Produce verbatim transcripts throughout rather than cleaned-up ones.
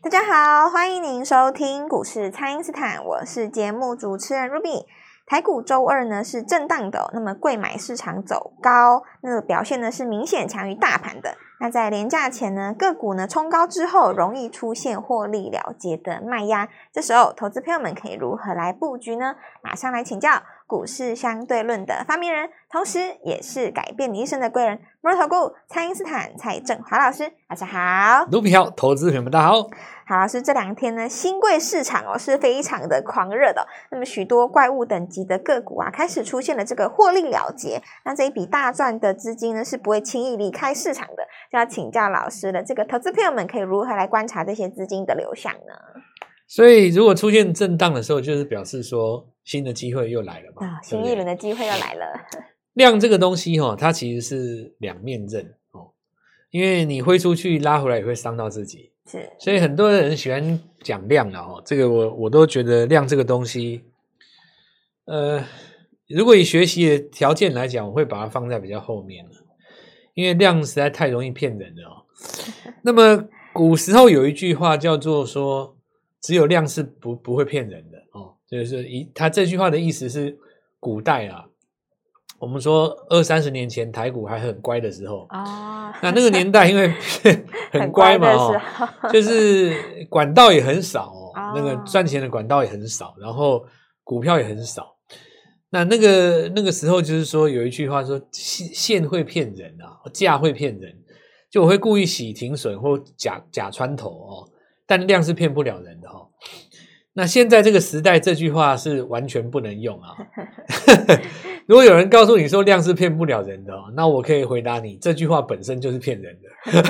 大家好，欢迎您收听股市蔡因斯坦，我是节目主持人 Ruby。台股周二呢是震荡的、哦，那么柜买市场走高，那个表现呢是明显强于大盘的。那在连假前呢，个股呢冲高之后，容易出现获利了结的卖压，这时候投资朋友们可以如何来布局呢？马上来请教股市相对论的发明人，同时也是改变你一生的贵人——摩尔投顾蔡因斯坦蔡正华老师，大家好。 卢比好，投资朋友们大家好。 好，老师，这两天呢，新贵市场哦是非常的狂热的、哦，那么许多怪物等级的个股啊，开始出现了这个获利了结，那这一笔大赚的资金呢，是不会轻易离开市场的，就要请教老师了。这个投资朋友们可以如何来观察这些资金的流向呢？ 所以，如果出现震荡的时候，就是表示说新的机会又来了嘛， 啊、哦，新一轮的机会又来了。 量这个东西哦，它其实是两面刃哦，因为你挥出去拉回来也会伤到自己。 是， 所以很多人喜欢讲量了哦，这个我我都觉得量这个东西，呃，如果以学习的条件来讲，我会把它放在比较后面了，因为量实在太容易骗人了哦。那么古时候有一句话叫做说，只有量是不不会骗人的哦，就是一他这句话的意思是古代啊。我们说二三十年前台股还很乖的时候，哦，那那个年代因为很乖嘛，哦，就是管道也很少哦，哦，那个赚钱的管道也很少，然后股票也很少。那那个那个时候就是说有一句话说线会骗人啊，价会骗人，就我会故意洗停损或假假穿头哦，但量是骗不了人的哦。那现在这个时代这句话是完全不能用啊。如果有人告诉你说量是骗不了人的哦，那我可以回答你，这句话本身就是骗人的。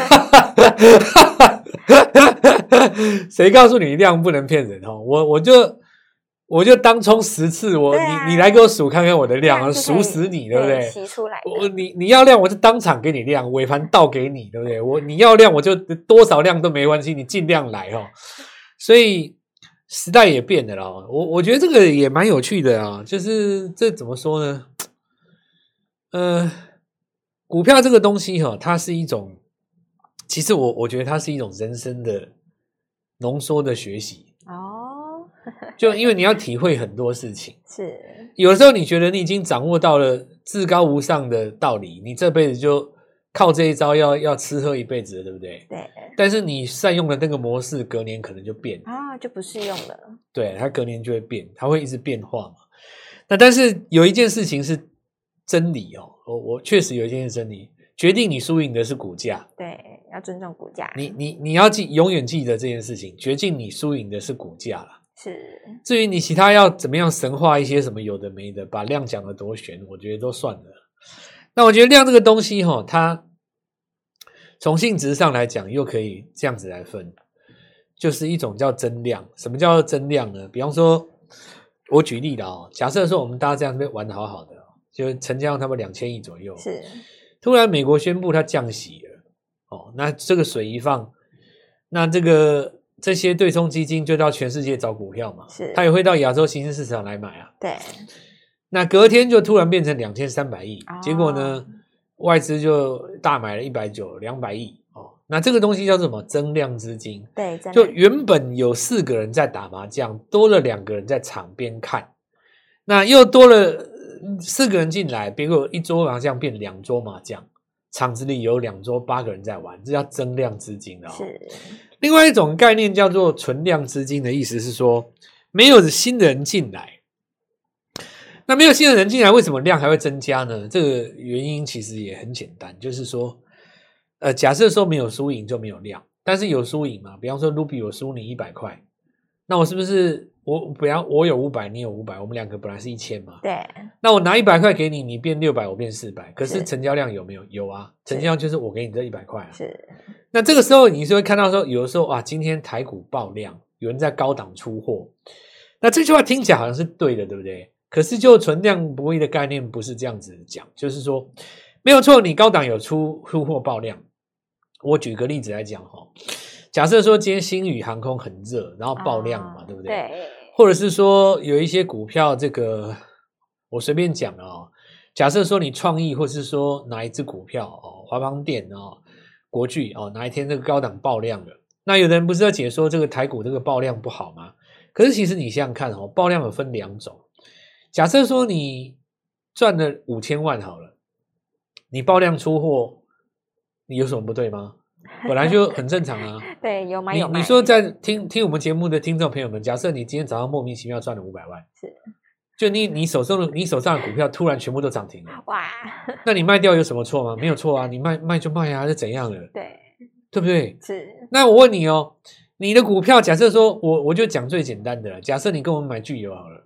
谁告诉你量不能骗人哦？我我就我就当冲十次，我、啊、你你来给我数看看我的量啊，数死你，对不对？ 洗出来我你你要量，我就当场给你量，尾盘倒给你，对不对？我你要量，我就多少量都没关系，你尽量来哦。所以时代也变了啦，我我觉得这个也蛮有趣的啊，就是这怎么说呢？呃，股票这个东西哈、哦，它是一种，其实我我觉得它是一种人生的浓缩的学习哦。就因为你要体会很多事情， 是有时候你觉得你已经掌握到了至高无上的道理，你这辈子就靠这一招要要吃喝一辈子了，对不对？ 对。 但是你善用的那个模式，隔年可能就变啊，就不适用了。 对，它隔年就会变，它会一直变化嘛。那但是有一件事情是真理哦，我我确实有一件是真理，决定你输赢的是股价。 对，要尊重股价。 你你你要记，永远记得这件事情，决定你输赢的是股价啦。 是。 至于你其他要怎么样神化一些什么有的没的，把量讲得多玄，我觉得都算了。那我觉得量这个东西哈、哦，它从性质上来讲，又可以这样子来分，就是一种叫增量。什么叫增量呢？比方说，我举例的哦，假设说我们大家这样子玩得好好的，就成交量他们两千亿左右， 是。突然美国宣布它降息了，哦，那这个水一放，那这个这些对冲基金就到全世界找股票嘛， 是， 它也会到亚洲新兴市场来买啊， 对。 那隔天就突然变成两千三百亿，哦，结果呢？外资就大买了一百九十、两百亿哦，那这个东西叫做什么？增量资金。 对， 就原本有四个人在打麻将，多了两个人在场边看，那又多了四个人进来，结果一桌麻将变两桌麻将，场子里有两桌八个人在玩，这叫增量资金哦。 是。 另外一种概念叫做存量资金的意思是说，没有新的人进来。那没有新的人进来，为什么量还会增加呢？这个原因其实也很简单，就是说，呃，假设说没有输赢就没有量，但是有输赢嘛，比方说 Ruby 我输你一百块，那我是不是我比方我有五百，你有五百，我们两个本来是一千嘛， 对， 那我拿一百块给你，你变六百，我变四百，可是成交量有没有？有啊，成交量就是我给你这一百块啊。 是。 那这个时候你就会看到说，有的时候啊，今天台股爆量，有人在高档出货，那这句话听起来好像是对的，对不对？可是就存量博弈的概念不是这样子讲，就是说没有错，你高档有出出货爆量。我举个例子来讲哈，假设说今天星宇航空很热，然后爆量嘛，哦，对不对？ 对。 或者是说有一些股票，这个我随便讲哦，假设说你创意，或是说哪一只股票哦，华邦电哦，国巨哦，哪一天这个高档爆量了， 那有的人不是在解说这个台股这个爆量不好吗？可是其实你想想看哦，爆量有分两种。假设说你赚了五千万好了，你爆量出货，你有什么不对吗？本来就很正常啊。 对，有买有卖。 你你说在听听我们节目的听众朋友们，假设你今天早上莫名其妙赚了五百万， 是， 就你你手上的你手上的股票突然全部都涨停了， 哇， 那你卖掉有什么错吗？没有错啊，你卖卖就卖啊，是怎样的？ 对， 对不对？ 是。 那我问你哦，你的股票假设说我我就讲最简单的了，假设你跟我们买巨油好了，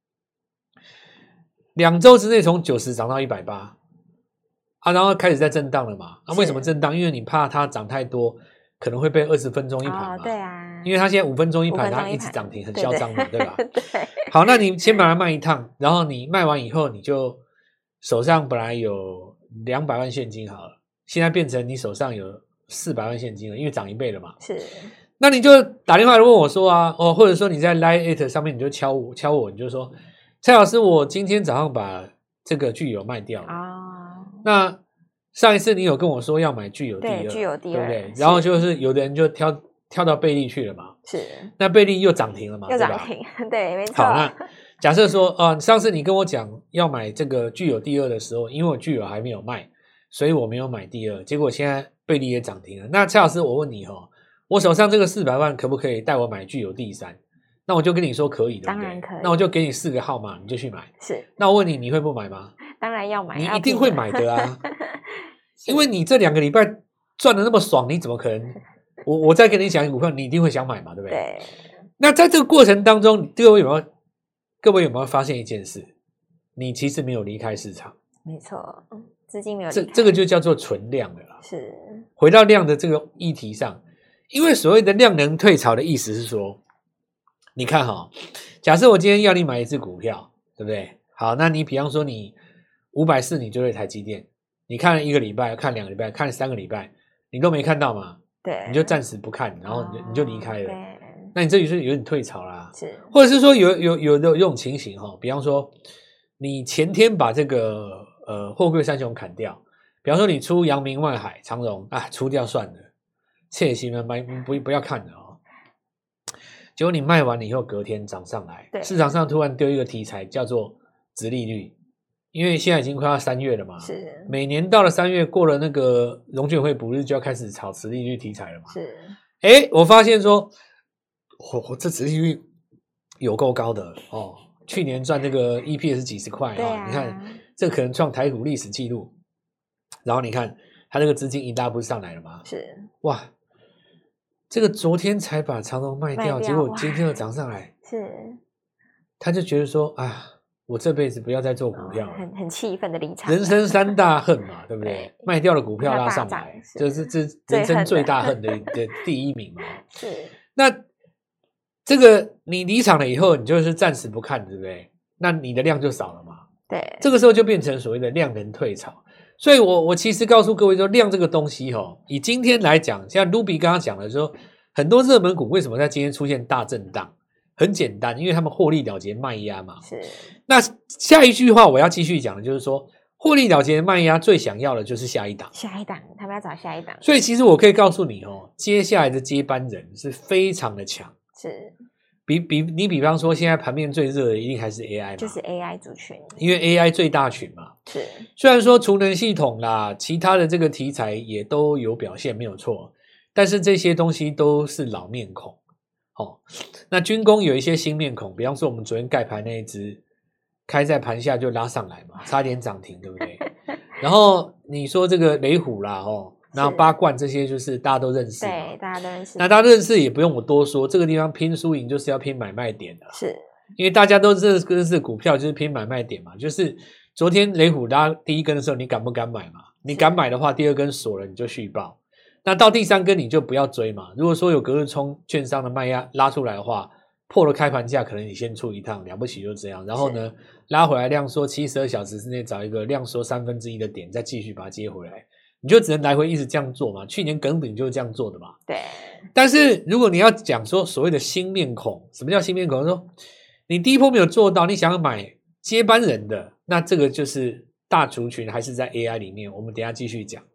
两周之内从九十涨到一百八啊，然后开始在震荡了嘛？啊，为什么震荡？因为你怕它涨太多，可能会被二十分钟一盘嘛。 哦，对啊， 因为它现在五分钟一盘， 五分钟一盘它一直涨停，很嚣张嘛， 对对吧？ 对。 好，那你先把它卖一趟，然后你卖完以后，你就手上本来有两百万现金好了，现在变成你手上有四百万现金了，因为涨一倍了嘛。 是。 那你就打电话来问我说啊，哦，或者说你在 Line at 上面你就敲我敲我，你就说蔡老师，我今天早上把这个巨油卖掉了。 哦， 那上一次你有跟我说要买巨油第二， 对，巨油第二， 对不对？然后就是有的人就跳跳到贝利去了嘛， 是， 那贝利又涨停了嘛， 又涨停，对，没错。 好，那假设说啊、呃，上次你跟我讲要买这个巨油第二的时候，因为我巨油还没有卖，所以我没有买第二，结果现在贝利也涨停了。那蔡老师，我问你哦，我手上这个四百万可不可以带我买巨油第三？那我就跟你说可以，对不对？ 当然可以。 那我就给你四个号码，你就去买。 是。 那我问你，你会不买吗？ 当然要买， 你一定会买的啊，因为你这两个礼拜赚的那么爽，你怎么可能？我我再跟你讲股票，你一定会想买嘛，对不对？ 对。 那在这个过程当中，各位有没有各位有没有发现一件事？你其实没有离开市场， 没错，资金没有离开， 这这个就叫做存量了啦。 是。 回到量的这个议题上，因为所谓的量能退潮的意思是说，你看哈，假设我今天要你买一只股票，对不对？好，那你比方说你五百四，你就对台积电，你看了一个礼拜，看两个礼拜，看了三个礼拜，你都没看到嘛？ 对， 你就暂时不看，然后你就、哦、你就离开了。 对， 那你这就是有点退潮啦。 是， 或者是说有有有的有种情形哈，比方说你前天把这个呃货柜三雄砍掉，比方说你出阳明、万海、长荣啊，出掉算了，切心了，买不不要看了哦。结果你卖完了以后，隔天涨上来，市场上突然丢一个题材叫做殖利率，因为现在已经快要三月了嘛， 是每年到了三月过了那个融券会补日，就要开始炒殖利率题材了嘛。 是， 哎，我发现说，我、哦、这殖利率有够高的哦，去年赚这个 E P S 几十块啊、哦，你看这可能创台股历史记录。然后你看它这个资金一大不是上来了吗？ 是， 哇。这个昨天才把长荣卖掉， 卖掉结果今天又涨上来， 是， 他就觉得说啊，我这辈子不要再做股票了， 哦、很很气愤的离场。 人生三大恨嘛，对不对？对，卖掉了股票拉上来，这是这人生最大恨的的第一名嘛。 是， 那这个你离场了以后，你就是暂时不看，对不对？那你的量就少了嘛。 对， 这个时候就变成所谓的量能退潮。所以我我其实告诉各位说，量这个东西哦，以今天来讲，像 Ruby 刚刚讲的说，很多热门股为什么在今天出现大震荡？很简单，因为他们获利了结卖压嘛。 是。 那下一句话我要继续讲的就是说，获利了结卖压最想要的就是下一档， 下一档，他们要找下一档。 所以其实我可以告诉你哦，接下来的接班人是非常的强。 是。 比比你比方说，现在盘面最热的一定还是 A I 嘛， 就是 A I 族群， 因为 A I 最大群嘛。 是， 虽然说储能系统啦，其他的这个题材也都有表现，没有错，但是这些东西都是老面孔。哦，那军工有一些新面孔，比方说我们昨天盖牌那一只，开在盘下就拉上来嘛，差点涨停，对不对？然后你说这个雷虎啦，哦。然后八冠这些就是大家都认识， 对，大家都认识。 那大家认识也不用我多说，这个地方拼输赢就是要拼买卖点的， 是因为大家都认识认识股票就是拼买卖点嘛。就是昨天雷虎拉第一根的时候，你敢不敢买嘛？你敢买的话，第二根锁了你就续报，那到第三根你就不要追嘛。如果说有隔日冲券商的卖压拉出来的话，破了开盘价，可能你先出一趟，了不起就这样。然后呢，拉回来量缩七十二小时之内找一个量缩三分之一的点，再继续把它接回来。你就只能来回一直这样做嘛，去年耿鼎就是这样做的嘛。 对。 但是如果你要讲说所谓的新面孔，什么叫新面孔？说你第一波没有做到，你想要买接班人的，那这个就是大族群还是在 A I 里面，我们等一下继续讲。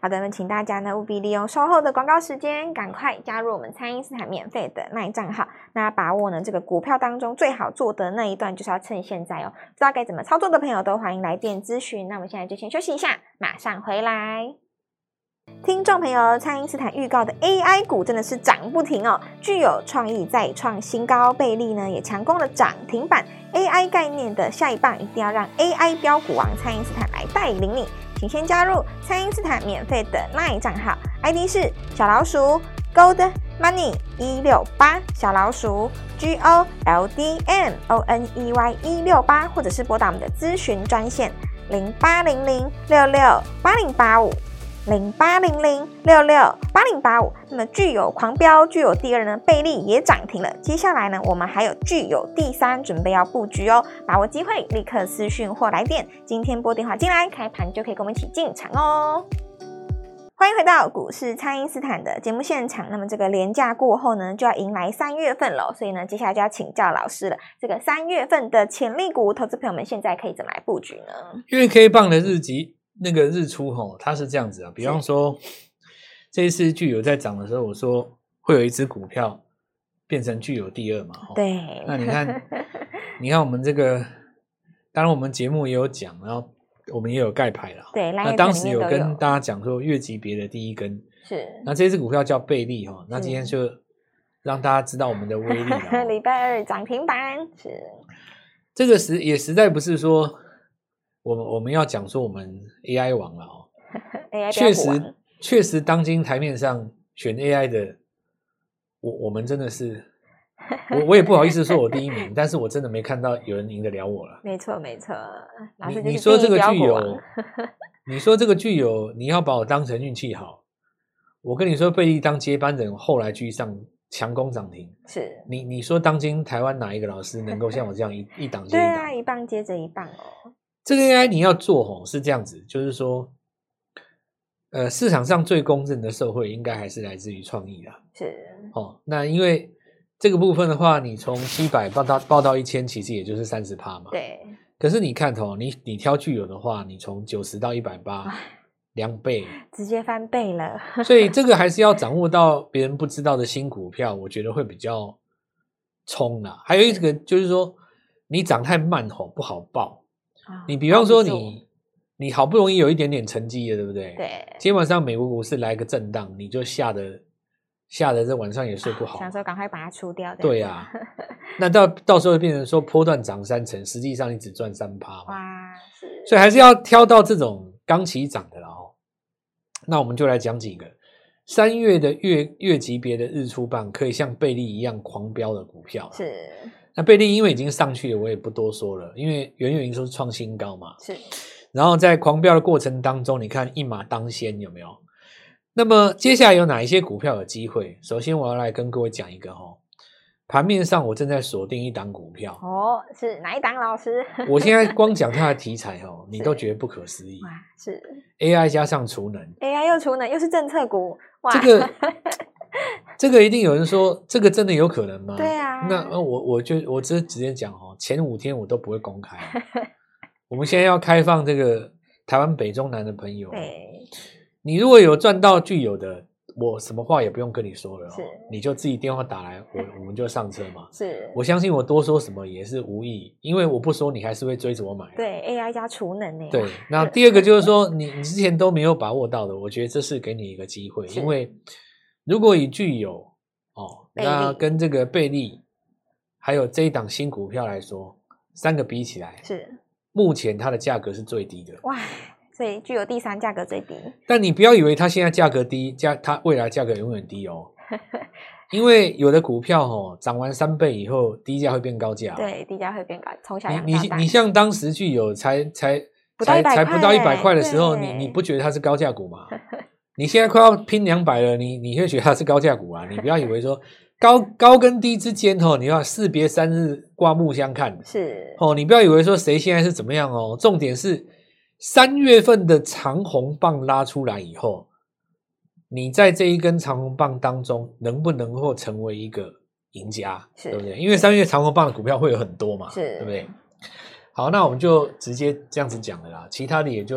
好的，那请大家呢务必利用稍后的广告时间，赶快加入我们蔡因斯坦免费的 LINE 账号。那把握呢这个股票当中最好做的那一段，就是要趁现在哦。不知道该怎么操作的朋友都欢迎来电咨询。那我们现在就先休息一下，马上回来。听众朋友，蔡因斯坦预告的 A I 股真的是涨不停哦，具有创意再创新高，贝利呢也强攻了涨停板。A I 概念的下一棒一定要让 A I 标股王蔡因斯坦来带领你，请先加入蔡因斯坦免费的 LINE 账号 ，I D 是小老鼠 Gold Money 一六八，小老鼠 G O L D M O N E Y 一六八，或者是拨打我们的咨询专线零八零零六六八零八五。零八零零六六八零八五，那么具有狂飙，具有第二呢，贝利也涨停了。接下来呢，我们还有具有第三，准备要布局哦，把握机会，立刻私讯或来电。今天拨电话进来，开盘就可以跟我们一起进场哦。欢迎回到股市蔡因斯坦的节目现场。那么这个连假过后呢，就要迎来三月份了，所以呢，接下来就要请教老师了。这个三月份的潜力股，投资朋友们现在可以怎么来布局呢？ 因为 K 棒的日级。那个日出吼，它是这样子啊，比方说这一次具有在涨的时候，我说会有一只股票变成具有第二嘛， 对。 那你看，你看我们这个，当然我们节目也有讲，然后我们也有盖牌啦， 对。 那当时有跟大家讲说月级别的第一根是， 那这只股票叫贝利哈，那今天就让大家知道我们的威力了。 礼拜二涨停板是， 这个实也实在不是说。我们我们要讲说我们 A I 王了哦，确实确实当今台面上选 A I 的，我我们真的是，我我也不好意思说我第一名，但是我真的没看到有人赢得了我了。 没错没错， 你你说这个具有，你说这个具有，你要把我当成运气好，我跟你说贝利当接班人，后来居上强攻涨停， 是你你说当今台湾哪一个老师能够像我这样一一档接一档？ 对啊，一棒接着一棒哦。 这个 A I 你要做吼是这样子，就是说，呃，市场上最公正的受惠应该还是来自于创意啦。 是哦，那因为这个部分的话，你从七百报到报到一千，其实也就是三十趴嘛。 对。 可是你看哦，你你挑具有的话，你从九十到一百八，两倍， 直接翻倍了。 所以这个还是要掌握到别人不知道的新股票，我觉得会比较冲啦。还有一个就是说，你涨太慢吼不好报。你比方说你你好不容易有一点点成绩了，对不对？ 对。 今天晚上美国股市来个震荡，你就吓得吓得这晚上也睡不好， 想说赶快把它出掉。 对啊，那到到时候变成说波段涨三成，实际上你只赚三趴嘛。 哇，是。 所以还是要挑到这种刚起涨的啦哦。那我们就来讲几个三月的月月级别的日出棒，可以像贝利一样狂飙的股票。 是。 那贝利因为已经上去了，我也不多说了，因为元月营收是创新高嘛。 是。 然后在狂飙的过程当中，你看一马当先有没有？那么接下来有哪一些股票有机会？首先我要来跟各位讲一个哦，盘面上我正在锁定一档股票哦，是哪一档老师？ 我现在光讲它的题材哦，你都觉得不可思议。 哇，是 A I 加上储能 ，A I 又储能，又是政策股，哇， 这个这个一定有人说，这个真的有可能吗？ 对啊， 那我我就我这直接讲哦，前五天我都不会公开。我们现在要开放这个台湾北中南的朋友， 对， 你如果有赚到具有的，我什么话也不用跟你说了、哦， 是， 你就自己电话打来，我我们就上车嘛。 是， 我相信我多说什么也是无益，因为我不说，你还是会追着我买。 对 ，A I 加储能呢。 对，那第二个就是说，你你之前都没有把握到的，我觉得这是给你一个机会，因为如果以具有哦，那跟这个贝利还有这一档新股票来说，三个比起来是。 目前它的价格是最低的， 哇，所以具有第三价格最低。 但你不要以为它现在价格低，价它未来价格永远低哦，因为有的股票哦涨完三倍以后，低价会变高价、哦， 对，低价会变高，从小你你你像当时具有才才不到才才不到一百块的时候， 对你你不觉得它是高价股吗？你现在快要拼两百了，你你会觉得它是高价股啊？你不要以为说。高高跟低之间哦，你要士别三日，刮目相看。 是哦，你不要以为说谁现在是怎么样哦，重点是三月份的长红棒拉出来以后，你在这一根长红棒当中能不能够成为一个赢家，对不对？因为三月长红棒的股票会有很多嘛， 是， 对不对？好，那我们就直接这样子讲了啦，其他的也就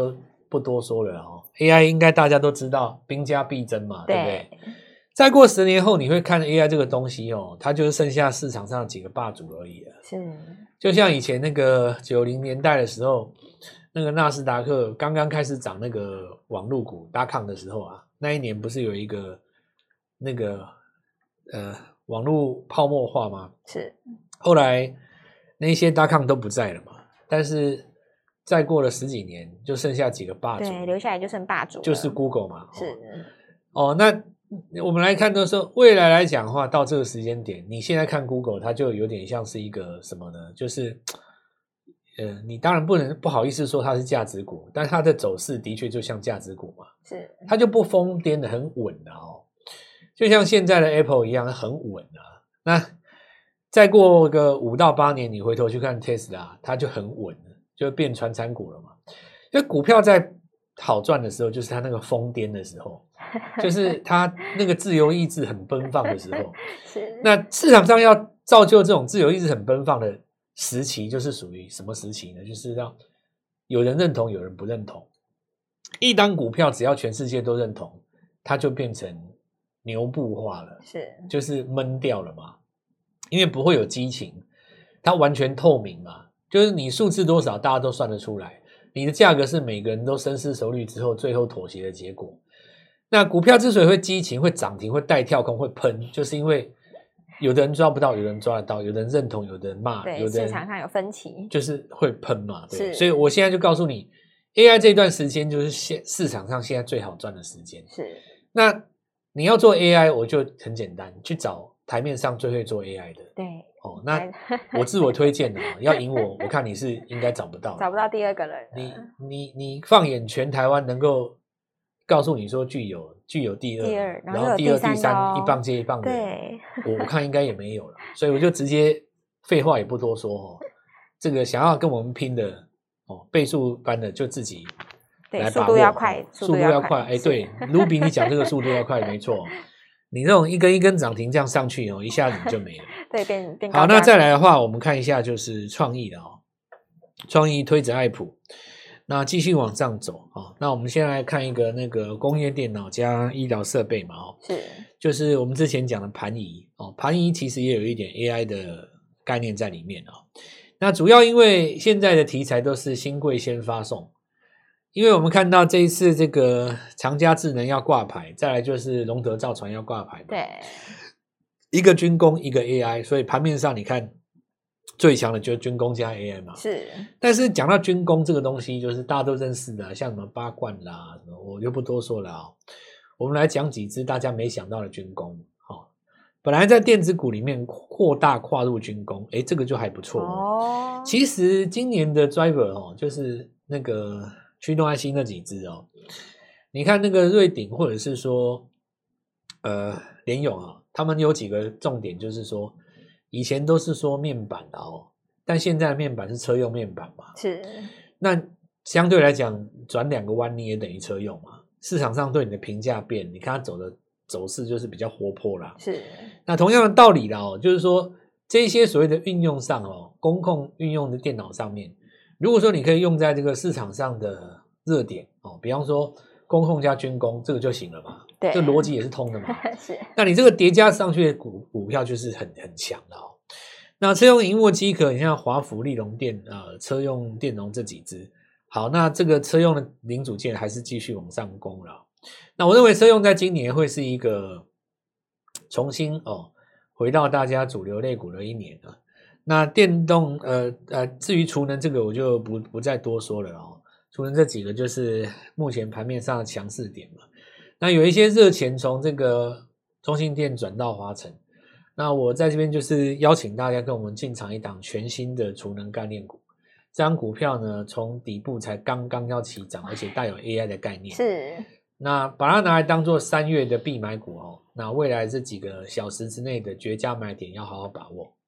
不多说了哦。A I 应该大家都知道，兵家必争嘛，对不对？ 对， 再过十年后，你会看 A I 这个东西哦，它就是剩下市场上几个霸主而已了。 是， 就像以前那个九零年代的时候，那个纳斯达克刚刚开始涨那个网络股大抗的时候啊，那一年不是有一个那个呃网络泡沫化吗？ 是， 后来那些大抗都不在了嘛，但是再过了十几年，就剩下几个霸主， 对，留下来就剩霸主了， 就是 Google 嘛。 是哦，那我们来看到说，未来来讲的话，到这个时间点，你现在看 Google， 它就有点像是一个什么呢？就是，呃，你当然不能不好意思说它是价值股，但它的走势的确就像价值股嘛， 是， 它就不疯癫的，很稳的哦，就像现在的 Apple 一样，很稳啊。那再过个五到八年，你回头去看 Tesla， 它就很稳了，就变传产股了嘛。因为股票在好赚的时候，就是它那个疯癫的时候。就是他那个自由意志很奔放的时候， 是那市场上要造就这种自由意志很奔放的时期，就是属于什么时期呢？就是让有人认同，有人不认同。一档股票只要全世界都认同，它就变成牛步化了， 是， 就是闷掉了嘛。因为不会有激情，它完全透明嘛，就是你数字多少，大家都算得出来。你的价格是每个人都深思熟虑之后，最后妥协的结果。那股票之所以会激情、会涨停、会带跳空、会喷，就是因为有的人抓不到，有人抓得到，有的人认同，有的人骂， 对， 有的人市场上有分歧， 就是会喷嘛。对， 是， 所以我现在就告诉你 ，A I 这段时间就是现市场上现在最好赚的时间。 是， 那你要做 A I， 我就很简单，去找台面上最会做 A I 的。 对， 哦，那我自我推荐的，要赢我，我看你是应该找不到， 找不到第二个人。 你你你放眼全台湾能够。告诉你说具有具有第二， 第二然后第二、第三一棒接一棒的， 对， 我我看应该也没有了，所以我就直接废话也不多说哦，这个想要跟我们拼的哦，倍数班的就自己来把握， 速度要快， 速度要快，哎，对 ，Ruby 你讲这个速度要快，没错，你这种一根一根涨停这样上去哦，一下子就没了， 对，变变高。 好，那再来的话，我们看一下就是创意的哦，创意推着爱普。那继续往上走啊、哦，那我们先来看一个那个工业电脑加医疗设备嘛，哦， 是， 就是我们之前讲的盘仪哦，盘仪其实也有一点 A I 的概念在里面哦。那主要因为现在的题材都是新贵先发送，因为我们看到这一次这个长嘉智能要挂牌，再来就是龙德造船要挂牌， 对， 一个军工一个 A I， 所以盘面上你看。最强的就是军工加 A I 嘛， 是。 但是讲到军工这个东西，就是大家都认识的，像什么八冠啦，什么我就不多说了啊、哦。我们来讲几只大家没想到的军工。哦，本来在电子股里面扩大跨入军工，诶，这个就还不错哦。其实今年的 driver 哦，就是那个驱动 I C 那几只哦，你看那个瑞鼎或者是说呃联咏啊，他们有几个重点，就是说。以前都是说面板的哦，但现在的面板是车用面板嘛？ 是。 那相对来讲，转两个弯你也等于车用嘛？市场上对你的评价变，你看它走的走势就是比较活泼啦。 是。 那同样的道理啦哦，就是说这些所谓的运用上哦，公控运用的电脑上面，如果说你可以用在这个市场上的热点哦，比方说公控加军工，这个就行了嘛。 对， 这逻辑也是通的嘛。 是， 那你这个叠加上去的股股票就是很很强的哦。那车用萤幕机壳，你像华孚、立隆电、呃，车用电容这几只，好，那这个车用的零组件还是继续往上攻了。那我认为车用在今年会是一个重新哦回到大家主流类股的一年啊。那电动呃呃，至于储能这个我就不不再多说了哦。储能这几个就是目前盘面上的强势点嘛。那有一些热钱从这个中信电转到华城，那我在这边就是邀请大家跟我们进场一档全新的储能概念股。这张股票呢，从底部才刚刚要起涨，而且带有 A I 的概念。 是。 那把它拿来当做三月的必买股哦。那未来这几个小时之内的绝佳买点要好好把握。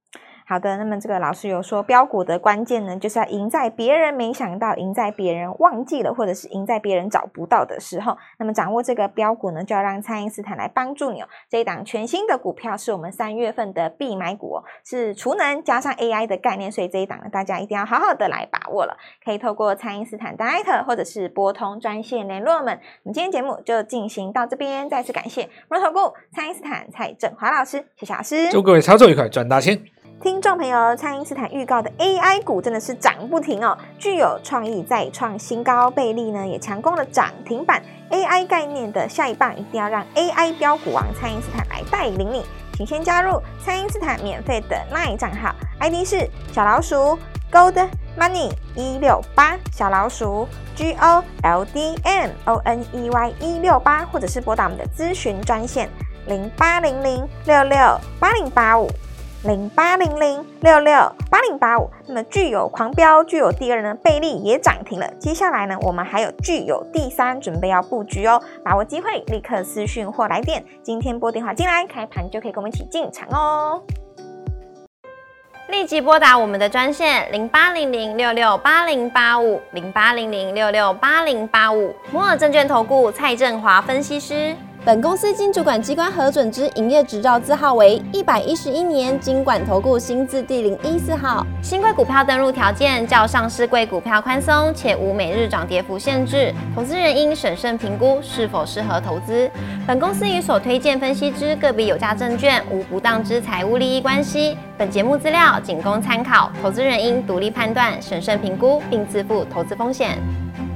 好的，那么这个老师有说标股的关键呢，就是要赢在别人没想到，赢在别人忘记了，或者是赢在别人找不到的时候。那么掌握这个标股呢，就要让蔡因斯坦来帮助你哦。这一档全新的股票是我们三月份的必买股哦，是储能加上 A I 的概念，所以这一档呢，大家一定要好好的来把握了。可以透过蔡因斯坦的 Line 或者是拨通专线联络我们。我们今天节目就进行到这边，再次感谢摩投顾蔡因斯坦蔡正华老师，谢谢老师， 祝各位操作愉快，赚大钱。 听众朋友，蔡因斯坦预告的 A I 股真的是涨不停哦，具有创意再创新高，倍利呢也强攻了涨停板。A I 概念的下一棒一定要让 A I 标股王蔡因斯坦来带领你，请先加入蔡因斯坦免费的 LINE 账号 ，I D 是小老鼠 Gold Money 一六八，小老鼠 G O L D M O N E Y 一六八，或者是拨打我们的咨询专线零八零零六六八零八五。零八零零六六八零八五，那么具有狂飙，具有第二呢，倍利也涨停了。接下来呢，我们还有具有第三，准备要布局哦，把握机会，立刻私讯或来电。今天拨电话进来，开盘就可以跟我们一起进场哦。 立即拨打我们的专线零八零零六六八零八五零八零零六六八零八五，摩尔证券投顾蔡正华分析师。 本公司经主管机关核准之营业执照字号为一百一十一年金管投顾新字第零一四号。 新贵股票登录条件较上市贵股票宽松，且无每日涨跌幅限制，投资人应审慎评估是否适合投资。本公司与所推荐分析之个别有价证券无不当之财务利益关系。本节目资料仅供参考，投资人应独立判断、审慎评估，并自负投资风险。